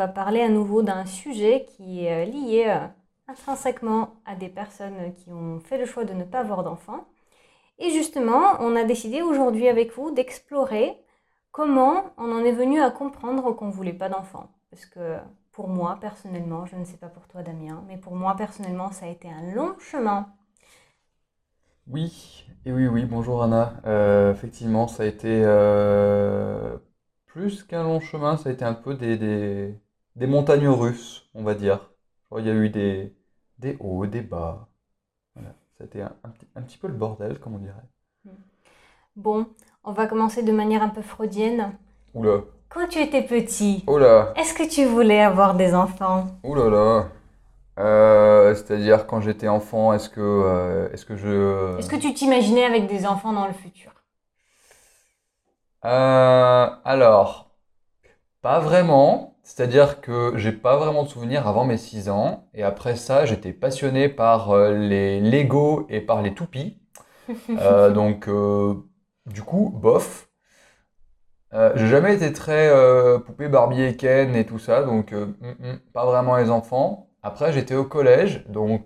va parler à nouveau d'un sujet qui est lié intrinsèquement à des personnes qui ont fait le choix de ne pas avoir d'enfants. Et justement, on a décidé aujourd'hui avec vous d'explorer comment on en est venu à comprendre qu'on ne voulait pas d'enfants. Parce que pour moi, personnellement, je ne sais pas pour toi Damien, mais pour moi, personnellement, ça a été un long chemin. Oui, et oui, oui, bonjour Anna. Effectivement, ça a été plus qu'un long chemin, ça a été un peu des montagnes russes, on va dire. Genre, il y a eu des hauts, des bas. Voilà. Ça a été un petit peu le bordel, comme on dirait. Bon, on va commencer de manière un peu freudienne. Oula, Quand tu étais petit, oh là, est-ce que tu voulais avoir des enfants? oh là là. C'est-à-dire quand j'étais enfant, est-ce que Est-ce que tu t'imaginais avec des enfants dans le futur? alors. Pas vraiment, c'est-à-dire que j'ai pas vraiment de souvenirs avant mes 6 ans, et après ça, j'étais passionné par les Lego et par les toupies. Donc, du coup, bof. J'ai jamais été très poupée Barbie et Ken et tout ça, donc pas vraiment les enfants. Après, j'étais au collège, donc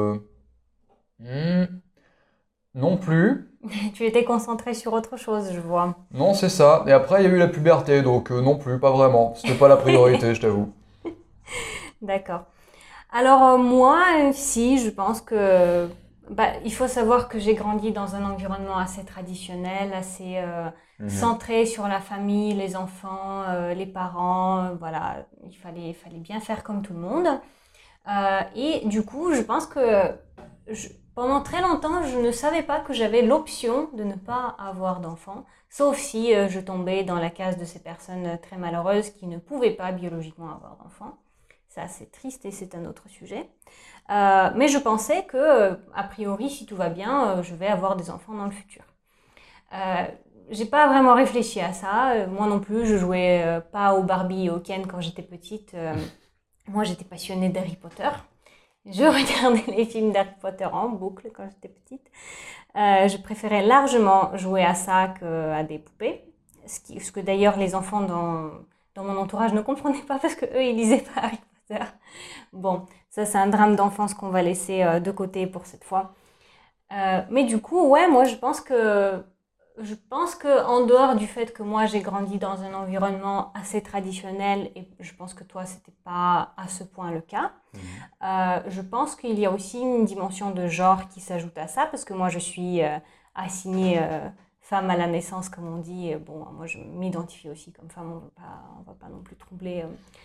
hmm, non plus. Tu étais concentré sur autre chose, je vois. Non, c'est ça. Et après, il y a eu la puberté, donc non plus, pas vraiment. C'était pas la priorité, je t'avoue. D'accord. Alors moi, si, je pense que il faut savoir que j'ai grandi dans un environnement assez traditionnel, assez Mhm. centré sur la famille, les enfants, les parents. Voilà, il fallait bien faire comme tout le monde. Et du coup, je pense que pendant très longtemps, je ne savais pas que j'avais l'option de ne pas avoir d'enfants, sauf si je tombais dans la case de ces personnes très malheureuses qui ne pouvaient pas biologiquement avoir d'enfants. Ça, c'est triste et c'est un autre sujet. Mais je pensais que, a priori, si tout va bien, je vais avoir des enfants dans le futur. Euh, j'ai pas vraiment réfléchi à ça. Moi non plus, je jouais pas au Barbie et au Ken quand j'étais petite. Moi, j'étais passionnée d'Harry Potter. Je regardais les films d'Harry Potter en boucle quand j'étais petite. Je préférais largement jouer à ça qu'à des poupées. Ce que d'ailleurs les enfants dans mon entourage ne comprenaient pas parce qu'eux, ils lisaient pas Harry Potter. Bon, ça c'est un drame d'enfance qu'on va laisser de côté pour cette fois. Mais du coup, ouais, moi je pense que en dehors du fait que moi j'ai grandi dans un environnement assez traditionnel et je pense que toi c'était pas à ce point le cas, Mhm. je pense qu'il y a aussi une dimension de genre qui s'ajoute à ça parce que moi je suis assignée femme à la naissance comme on dit. Bon, moi je m'identifie aussi comme femme, on va pas non plus troubler.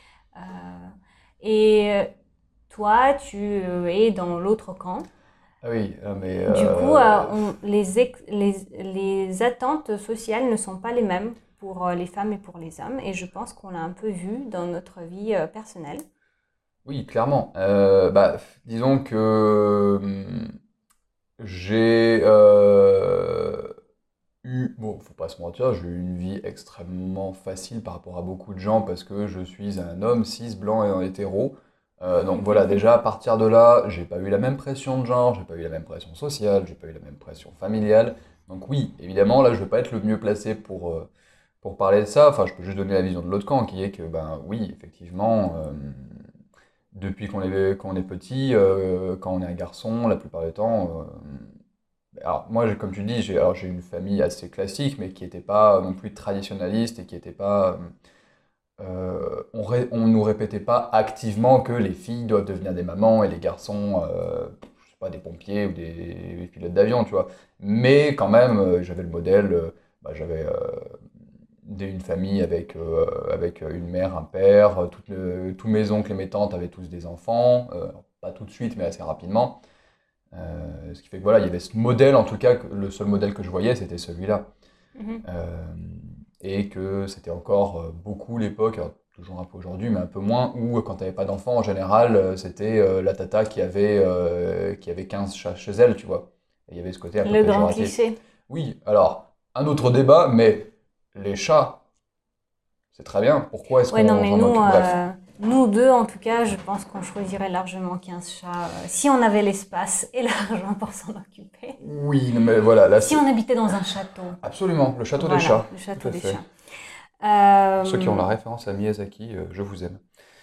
Et toi, tu es dans l'autre camp. Ah oui, mais Du coup, les attentes sociales ne sont pas les mêmes pour les femmes et pour les hommes. Et je pense qu'on l'a un peu vu dans notre vie personnelle. oui, clairement. Disons que j'ai bon, faut pas se mentir, j'ai eu une vie extrêmement facile par rapport à beaucoup de gens parce que je suis un homme cis, blanc et en hétéro. Donc voilà, déjà à partir de là, j'ai pas eu la même pression de genre, j'ai pas eu la même pression sociale, j'ai pas eu la même pression familiale. Donc oui, évidemment, là, je vais pas être le mieux placé pour parler de ça. Enfin, je peux juste donner la vision de l'autre camp, qui est que, ben oui, effectivement, depuis qu'on est petit, quand on est un garçon, la plupart du temps, alors moi, comme tu dis, j'ai une famille assez classique, mais qui n'était pas non plus traditionnaliste et qui n'était pas. On nous répétait pas activement que les filles doivent devenir des mamans et les garçons, je sais pas, des pompiers ou des pilotes d'avion, tu vois. Mais quand même, j'avais le modèle. J'avais une famille avec une mère, un père, tous mes oncles et mes tantes avaient tous des enfants, pas tout de suite, mais assez rapidement. Ce qui fait que voilà, il y avait ce modèle, en tout cas, le seul modèle que je voyais, c'était celui-là. Mhm. Euh, et que c'était encore beaucoup l'époque, alors, toujours un peu aujourd'hui, mais un peu moins, où quand tu n'avais pas d'enfant, en général, c'était la tata qui avait 15 chats chez elle, tu vois. Et il y avait ce côté un peu Le grand péjoratif. cliché. Oui, alors, un autre débat, mais les chats, c'est très bien. Pourquoi est-ce Ouais, non, qu'on mais s'en nous, occupe? Bref. nous deux, en tout cas, je pense qu'on choisirait largement 15 chats si on avait l'espace et l'argent pour s'en occuper. Oui, non, mais voilà, là, Si on c'est habitait dans un château. absolument le château des Voilà, chats. le Tout château à des fait. chats. Pour ceux qui ont Euh, la référence à Miyazaki, je vous aime.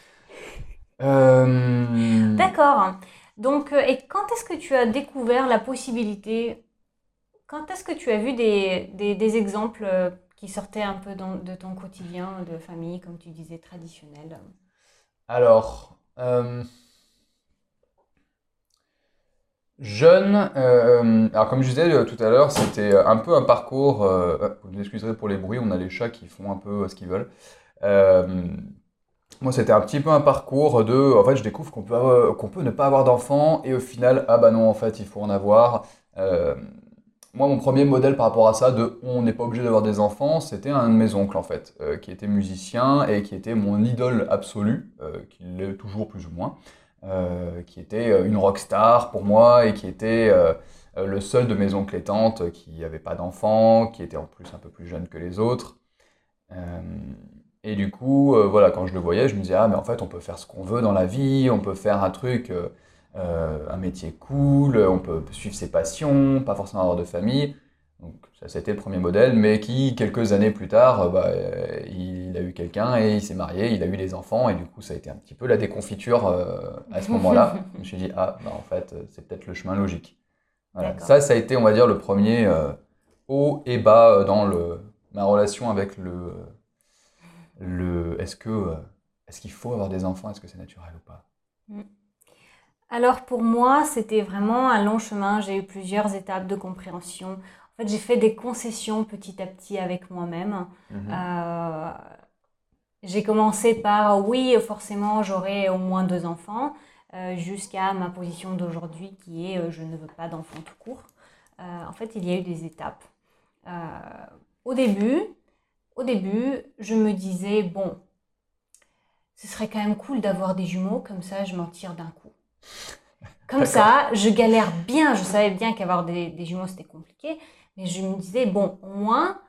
Euh, D'accord. Donc, et quand est-ce que tu as découvert la possibilité, quand est-ce que tu as vu des exemples qui sortaient un peu de ton quotidien de famille, comme tu disais, traditionnel? alors, jeune, alors comme je disais tout à l'heure, c'était un peu un parcours, vous m'excuserez pour les bruits, on a les chats qui font un peu ce qu'ils veulent. Euh, Moi, c'était un petit peu un parcours de, en fait, je découvre qu'on peut ne pas avoir d'enfants et au final, ah bah non, en fait, il faut en avoir. Euh, Moi, mon premier modèle par rapport à ça, de on n'est pas obligé d'avoir des enfants, c'était un de mes oncles en fait, qui était musicien et qui était mon idole absolue, qui l'est toujours plus ou moins, qui était une rockstar pour moi et qui était le seul de mes oncles et tantes qui n'avait pas d'enfants, qui était en plus un peu plus jeune que les autres. Euh, et du coup, voilà, quand je le voyais, je me disais, ah, mais en fait, on peut faire ce qu'on veut dans la vie, on peut faire un truc, un métier cool, on peut suivre ses passions, pas forcément avoir de famille. Donc, ça, c'était le premier modèle, mais qui, quelques années plus tard, il a eu quelqu'un et il s'est marié, il a eu des enfants, et du coup, ça a été un petit peu la déconfiture à ce moment-là. Je me suis dit, ah, bah, en fait, c'est peut-être le chemin logique. Voilà. D'accord. Ça a été, on va dire, le premier haut et bas dans ma relation avec est-ce qu'il faut avoir des enfants? Est-ce que c'est naturel ou pas? Mm. Alors pour moi, c'était vraiment un long chemin. J'ai eu plusieurs étapes de compréhension. En fait, j'ai fait des concessions petit à petit avec moi-même. Mhm. Euh, j'ai commencé par oui, forcément, j'aurai au moins 2 enfants, jusqu'à ma position d'aujourd'hui qui est je ne veux pas d'enfants tout court. En fait, il y a eu des étapes. Euh, au début, au début, je me disais bon, ce serait quand même cool d'avoir des jumeaux, comme ça, je m'en tire d'un coup. Comme D'accord. ça, je galère bien. Je savais bien qu'avoir des jumeaux, c'était compliqué. Mais je me disais, bon, au moins,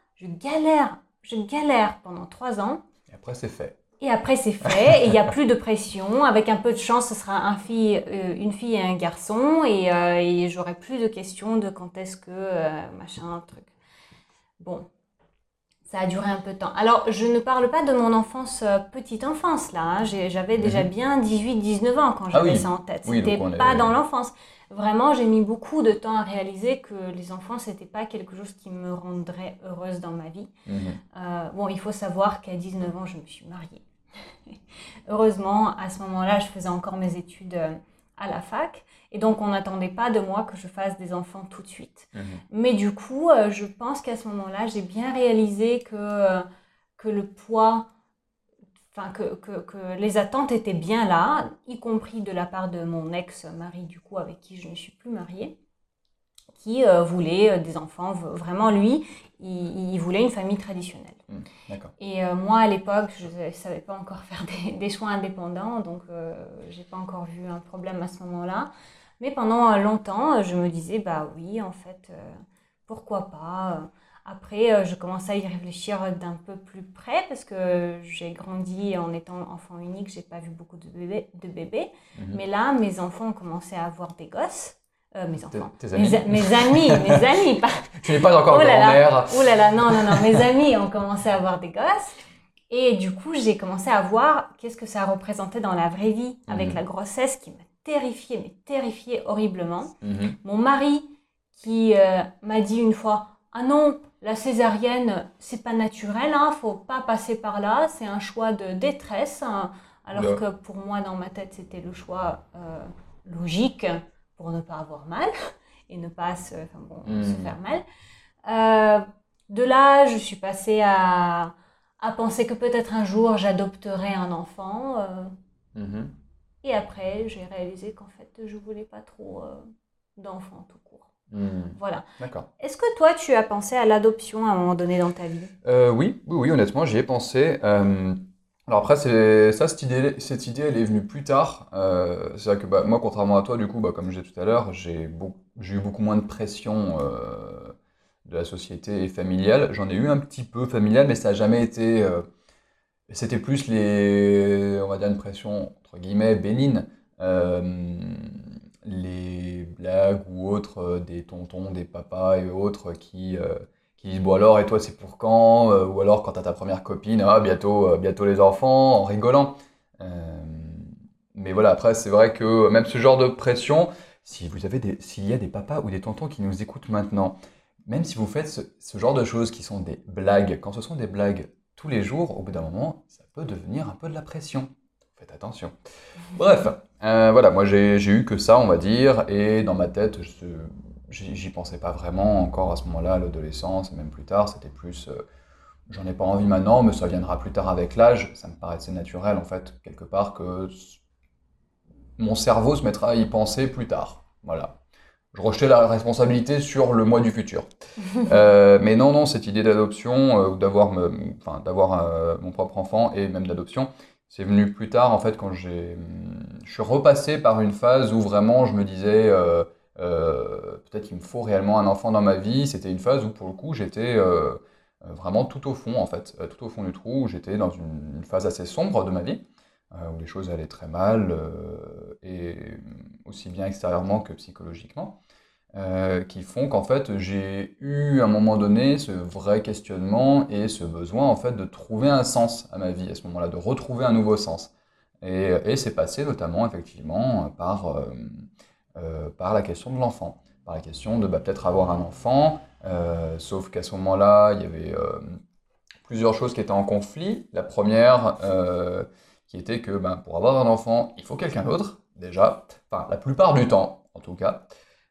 je galère pendant 3 ans. Et après, c'est fait. Et après, c'est fait. Et il n'y a plus de pression. Avec un peu de chance, ce sera une fille et un garçon. Et j'aurai plus de questions de quand est-ce que, machin, truc. Bon, ça a duré un peu de temps. Alors, je ne parle pas de mon enfance, petite enfance, là. Hein. J'avais déjà Mhm. bien 18, 19 ans quand Ah j'avais ça oui, en tête. oui, C'était donc on pas est. dans l'enfance. Vraiment, j'ai mis beaucoup de temps à réaliser que les enfants, c'était pas quelque chose qui me rendrait heureuse dans ma vie. Mhm. Bon, il faut savoir qu'à 19 ans, je me suis mariée. Heureusement, à ce moment-là, je faisais encore mes études à la fac. Et donc, on n'attendait pas de moi que je fasse des enfants tout de suite. Mhm. Mais du coup, je pense qu'à ce moment-là, j'ai bien réalisé que le poids, enfin, que les attentes étaient bien là, y compris de la part de mon ex-mari, du coup, avec qui je ne suis plus mariée, qui voulait des enfants. Vraiment, lui, il voulait une famille traditionnelle. Mhm. D'accord. Et moi, à l'époque, je ne savais pas encore faire des choix indépendants, donc j'ai pas encore vu un problème à ce moment-là. Mais pendant longtemps, je me disais, bah oui, en fait, pourquoi pas. Après, je commençais à y réfléchir d'un peu plus près parce que j'ai grandi en étant enfant unique, j'ai pas vu beaucoup de bébés. Mhm. Mais là, mes enfants ont commencé à avoir des gosses. Mes enfants, Tes amis? mes amis, pas, Tu n'es pas oh encore là là, grand-mère. oh là là, non, non, non, mes amis ont commencé à avoir des gosses. Et du coup, j'ai commencé à voir qu'est-ce que ça représentait dans la vraie vie avec la Mhm. grossesse qui m'a terrifiée, mais terrifiée horriblement. Mhm. Mon mari qui m'a dit une fois, ah non, la césarienne, c'est pas naturel, hein, faut pas passer par là, c'est un choix de détresse. Hein. Alors Oula. que pour moi, dans ma tête, c'était le choix logique pour ne pas avoir mal et ne pas se faire Mhm. mal. Euh, de là, je suis passée à penser que peut-être un jour j'adopterai un enfant. Mhm. Et après, j'ai réalisé qu'en fait, je voulais pas trop d'enfants tout court. Mhm. Voilà. D'accord. Est-ce que toi, tu as pensé à l'adoption à un moment donné dans ta vie? Oui, oui, oui, honnêtement, j'y ai pensé. Alors après, cette idée, elle est venue plus tard. C'est vrai que bah, moi, contrairement à toi, du coup, bah, comme je disais tout à l'heure, j'ai eu beaucoup moins de pression de la société et familiale. J'en ai eu un petit peu familial, mais ça n'a jamais été. C'était plus on va dire une pression entre guillemets bénigne. Euh, les blagues ou autres des tontons, des papas et autres qui disent bon alors et toi c'est pour quand? Ou alors quand t'as ta première copine, ah bientôt les enfants en rigolant. Euh, Mais voilà, après, c'est vrai que même ce genre de pression, si vous avez s'il y a des papas ou des tontons qui nous écoutent maintenant, même si vous faites ce genre de choses qui sont des blagues, quand ce sont des blagues tous les jours, au bout d'un moment, ça peut devenir un peu de la pression. Faites attention. Bref, voilà, moi j'ai eu que ça, on va dire, et dans ma tête, j'y pensais pas vraiment encore à ce moment-là, à l'adolescence, et même plus tard, c'était plus, j'en ai pas envie maintenant, mais ça viendra plus tard avec l'âge. Ça me paraissait naturel, en fait, quelque part, que mon cerveau se mettra à y penser plus tard. Voilà. Je rejetais la responsabilité sur le moi du futur. Mais non, non, cette idée d'adoption, ou d'avoir mon propre enfant et même d'adoption, c'est venu plus tard, en fait, quand je suis repassé par une phase où vraiment je me disais, peut-être qu'il me faut réellement un enfant dans ma vie. C'était une phase où, pour le coup, j'étais vraiment tout au fond, en fait, tout au fond du trou, où j'étais dans une phase assez sombre de ma vie, où les choses allaient très mal, et aussi bien extérieurement que psychologiquement, qui font qu'en fait j'ai eu à un moment donné ce vrai questionnement et ce besoin en fait de trouver un sens à ma vie à ce moment-là, de retrouver un nouveau sens. Et c'est passé notamment effectivement par la question de l'enfant, par la question de peut-être avoir un enfant, sauf qu'à ce moment-là il y avait plusieurs choses qui étaient en conflit. La première qui était que pour avoir un enfant il faut quelqu'un d'autre déjà, enfin la plupart du temps en tout cas.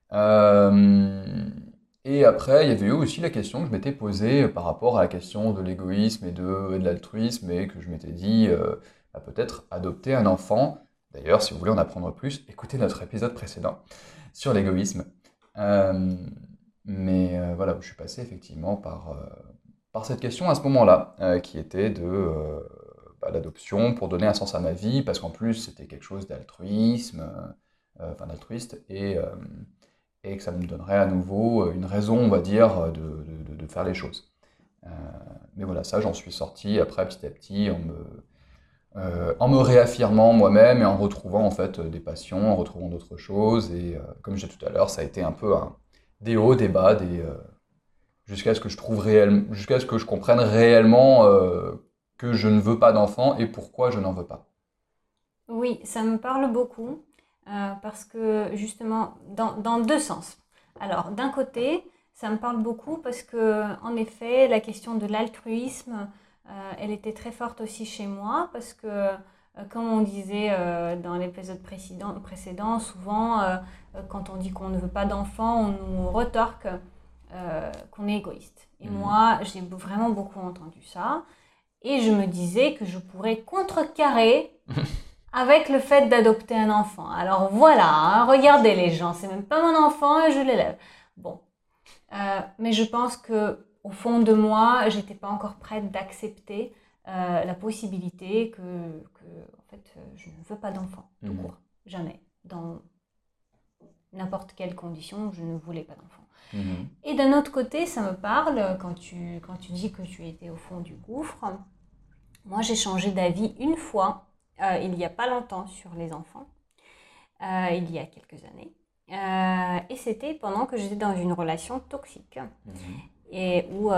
Euh, et après, il y avait eu aussi la question que je m'étais posée par rapport à la question de l'égoïsme et de l'altruisme, et que je m'étais dit, peut-être adopter un enfant. D'ailleurs, si vous voulez en apprendre plus, écoutez notre épisode précédent sur l'égoïsme. Euh, mais voilà, je suis passé effectivement par cette question à ce moment-là, qui était l'adoption pour donner un sens à ma vie, parce qu'en plus c'était quelque chose d'altruisme, d'altruiste, et que ça me donnerait à nouveau une raison, on va dire, de faire les choses. Euh, mais voilà, ça, j'en suis sorti après petit à petit en me réaffirmant moi-même et en retrouvant en fait des passions, en retrouvant d'autres choses. Et comme je disais tout à l'heure, ça a été un peu des hauts, des bas, jusqu'à ce que je trouve jusqu'à ce que je comprenne réellement que je ne veux pas d'enfant et pourquoi je n'en veux pas. Oui, ça me parle beaucoup parce que justement, dans deux sens. Alors, d'un côté, ça me parle beaucoup parce que, en effet, la question de l'altruisme, elle était très forte aussi chez moi parce que, comme on disait dans l'épisode précédent, souvent, quand on dit qu'on ne veut pas d'enfant, on nous retorque qu'on est égoïste. Et Mhm. moi, j'ai vraiment beaucoup entendu ça. Et je me disais que je pourrais contrecarrer avec le fait d'adopter un enfant. Alors voilà, hein, regardez les gens, c'est même pas mon enfant et je l'élève. Bon, mais je pense que au fond de moi, j'étais pas encore prête d'accepter la possibilité en fait, je ne veux pas d'enfant, tout Mhm. court, jamais, dans n'importe quelle condition, je ne voulais pas d'enfant. Mhm. Et d'un autre côté, ça me parle quand tu dis que tu étais au fond du gouffre. Moi, j'ai changé d'avis une fois, il n'y a pas longtemps, sur les enfants, il y a quelques années. Et c'était pendant que j'étais dans une relation toxique Mhm. et où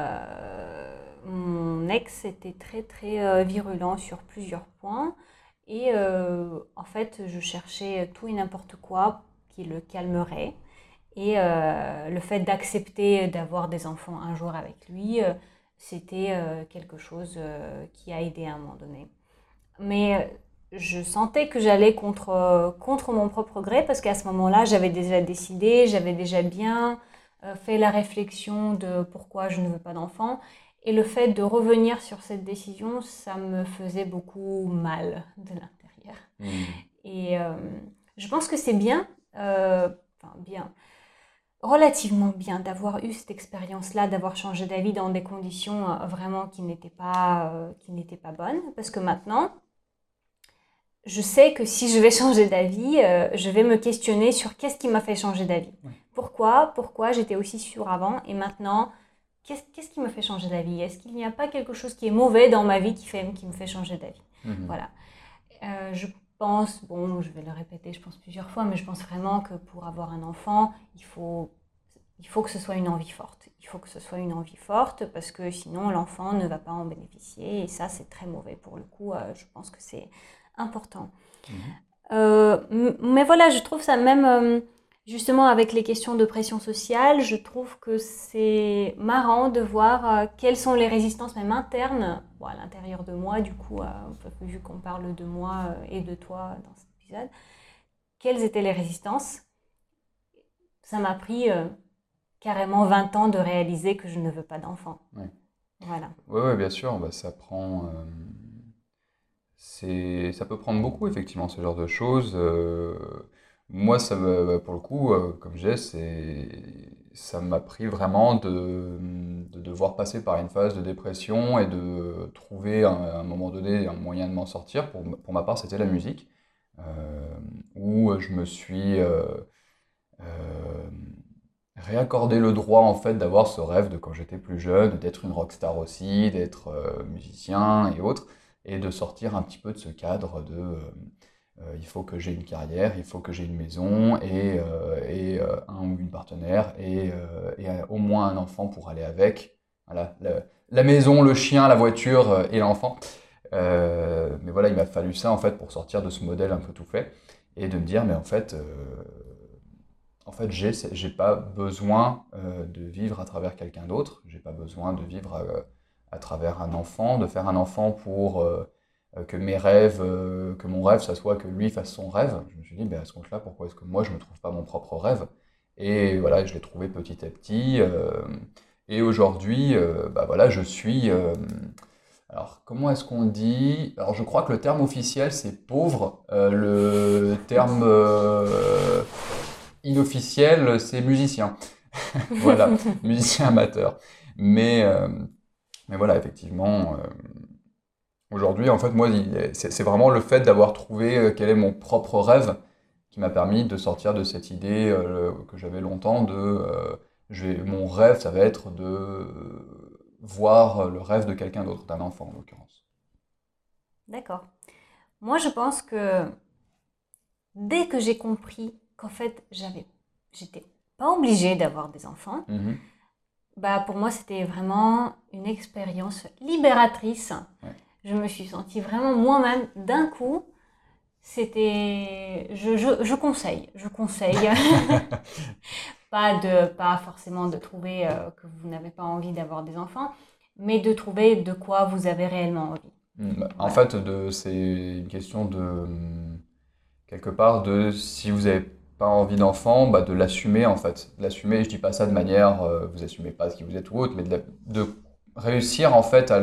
mon ex était très très virulent sur plusieurs points. Et en fait, je cherchais tout et n'importe quoi qui le calmerait. Et le fait d'accepter d'avoir des enfants un jour avec lui, c'était quelque chose qui a aidé à un moment donné. Mais je sentais que j'allais contre mon propre gré parce qu'à ce moment-là, j'avais déjà décidé, j'avais déjà bien fait la réflexion de pourquoi je ne veux pas d'enfant. Et le fait de revenir sur cette décision, ça me faisait beaucoup mal de l'intérieur. Mhm. Et je pense que c'est bien, enfin bien, relativement bien d'avoir eu cette expérience-là, d'avoir changé d'avis dans des conditions vraiment qui n'étaient pas bonnes. Parce que maintenant, je sais que si je vais changer d'avis, je vais me questionner sur qu'est-ce qui m'a fait changer d'avis. Ouais. Pourquoi j'étais aussi sûre avant et maintenant, qu'est-ce qui me fait changer d'avis? Est-ce qu'il n'y a pas quelque chose qui est mauvais dans ma vie qui me fait changer d'avis? Mhm. Voilà. Je pense, bon, je vais le répéter, je pense plusieurs fois, mais je pense vraiment que pour avoir un enfant, il faut que ce soit une envie forte. Il faut que ce soit une envie forte parce que sinon l'enfant ne va pas en bénéficier et ça c'est très mauvais pour le coup. Je pense que c'est important. Mais voilà, je trouve ça même, justement avec les questions de pression sociale, je trouve que c'est marrant de voir quelles sont les résistances même internes, bon, à l'intérieur de moi, du coup, vu qu'on parle de moi et de toi dans cet épisode, quelles étaient les résistances. Ça m'a pris carrément 20 ans de réaliser que je ne veux pas d'enfant. Ouais. Voilà. Ouais, bien sûr, bah, ça prend. Ça peut prendre beaucoup, effectivement, ce genre de choses. Moi, pour le coup, comme je disais, ça m'a pris vraiment de devoir passer par une phase de dépression et de trouver à un moment donné un moyen de m'en sortir. Pour ma part, c'était la musique, euh, où je me suis euh, réaccordé le droit, en fait, d'avoir ce rêve de quand j'étais plus jeune, d'être une rockstar aussi, d'être musicien et autres, et de sortir un petit peu de ce cadre de il faut que j'ai une carrière, il faut que j'ai une maison et un ou une partenaire et au moins un enfant pour aller avec. Voilà, la maison, le chien, la voiture et l'enfant. Mais voilà, il m'a fallu ça en fait pour sortir de ce modèle un peu tout fait et de me dire, mais en fait, j'ai pas besoin de vivre à travers quelqu'un d'autre. J'ai pas besoin de vivre à travers un enfant, de faire un enfant pour que que mon rêve, ça soit que lui fasse son rêve. Je me suis dit, ben, à ce compte-là, pourquoi est-ce que moi, je me trouve pas mon propre rêve? Et voilà, je l'ai trouvé petit à petit. Et aujourd'hui, bah voilà, je suis. Alors, comment est-ce qu'on dit? Alors, je crois que le terme officiel, c'est pauvre. Le terme inofficiel, c'est musicien. Voilà, musicien amateur. Mais, euh, mais voilà, effectivement, aujourd'hui, en fait, moi, c'est vraiment le fait d'avoir trouvé quel est mon propre rêve qui m'a permis de sortir de cette idée que j'avais longtemps mon rêve, ça va être de voir le rêve de quelqu'un d'autre, d'un enfant en l'occurrence. D'accord. Moi, je pense que dès que j'ai compris qu'en fait, j'étais pas obligée d'avoir des enfants, Mhm. bah pour moi, c'était vraiment une expérience libératrice. Ouais. Je me suis sentie vraiment moi-même d'un coup. Je conseille. Pas forcément de trouver que vous n'avez pas envie d'avoir des enfants, mais de trouver de quoi vous avez réellement envie. En Voilà. fait, c'est une question de, quelque part, de si vous n'avez pas envie d'enfant, bah, de l'assumer en fait. De l'assumer, je dis pas ça de manière, vous assumez pas ce qui vous êtes ou autre, mais de réussir en fait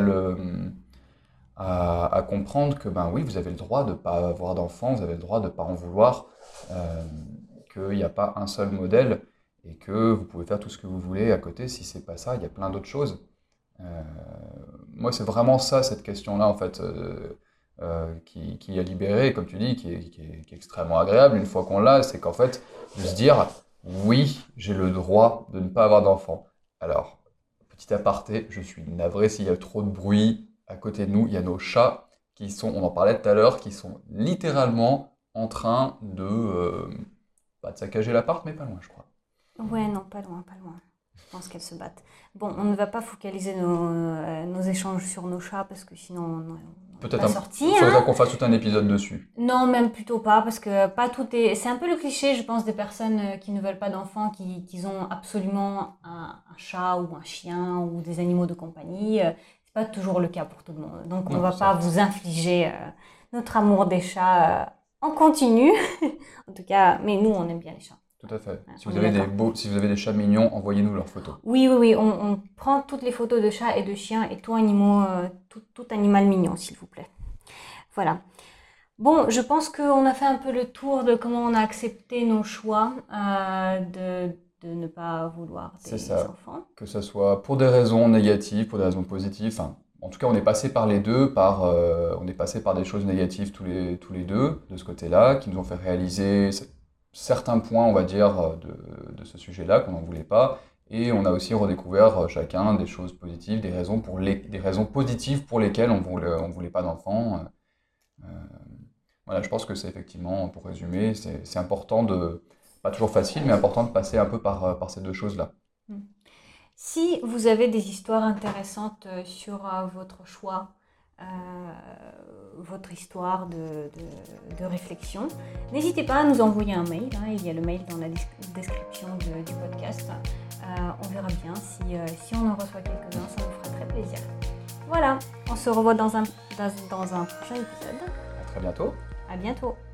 à comprendre que ben oui, vous avez le droit de ne pas avoir d'enfant, vous avez le droit de ne pas en vouloir, euh, qu'il n'y a pas un seul modèle et que vous pouvez faire tout ce que vous voulez à côté. Si c'est pas ça, il y a plein d'autres choses. Euh, Moi, c'est vraiment ça, cette question-là, en fait, qui a libéré, comme tu dis, qui est extrêmement agréable une fois qu'on l'a, c'est qu'en fait, de se dire, oui, j'ai le droit de ne pas avoir d'enfant. Alors, petit aparté, je suis navré s'il y a trop de bruit à côté de nous, il y a nos chats qui sont, on en parlait tout à l'heure, qui sont littéralement en train pas de saccager l'appart, mais pas loin, je crois. Ouais, non, pas loin, pas loin. Je pense qu'elles se battent. Bon, on ne va pas focaliser nos échanges sur nos chats parce que sinon on n'aurait Peut-être pas sorti, faudrait hein. qu'on fasse tout un épisode dessus. Non, même plutôt pas parce que pas tout est. C'est un peu le cliché, je pense, des personnes qui ne veulent pas d'enfants, qui ont absolument un chat ou un chien ou des animaux de compagnie. C'est pas toujours le cas pour tout le monde. Donc on ne Non, va pas certes. vous infliger notre amour des chats en continu. En tout cas, mais nous, on aime bien les chats. Tout à fait. Hein, Si on vous est avez d'accord. si vous avez des chats mignons, envoyez-nous leurs photos. Oui, oui, oui, on prend toutes les photos de chats et de chiens et tout animal mignon, s'il vous plaît. Voilà. Bon, je pense qu'on a fait un peu le tour de comment on a accepté nos choix de ne pas vouloir C'est des ça. enfants. Que ce soit pour des raisons négatives, pour des raisons positives. Enfin, en tout cas, on est passé par les deux, on est passé par des choses négatives tous les deux, de ce côté-là, qui nous ont fait réaliser certains points, on va dire, de ce sujet-là, qu'on n'en voulait pas. Et on a aussi redécouvert chacun des choses positives, des raisons positives pour lesquelles on voulait pas d'enfants. Euh, Voilà, je pense que c'est effectivement, pour résumer, c'est important pas toujours facile, mais important de passer un peu par ces deux choses-là. Si vous avez des histoires intéressantes sur votre choix votre histoire de réflexion. N'hésitez pas à nous envoyer un mail, hein, il y a le mail dans la description du podcast. On verra bien si on en reçoit quelques-uns, ça nous fera très plaisir. Voilà, on se revoit dans un prochain épisode. À très bientôt. À bientôt.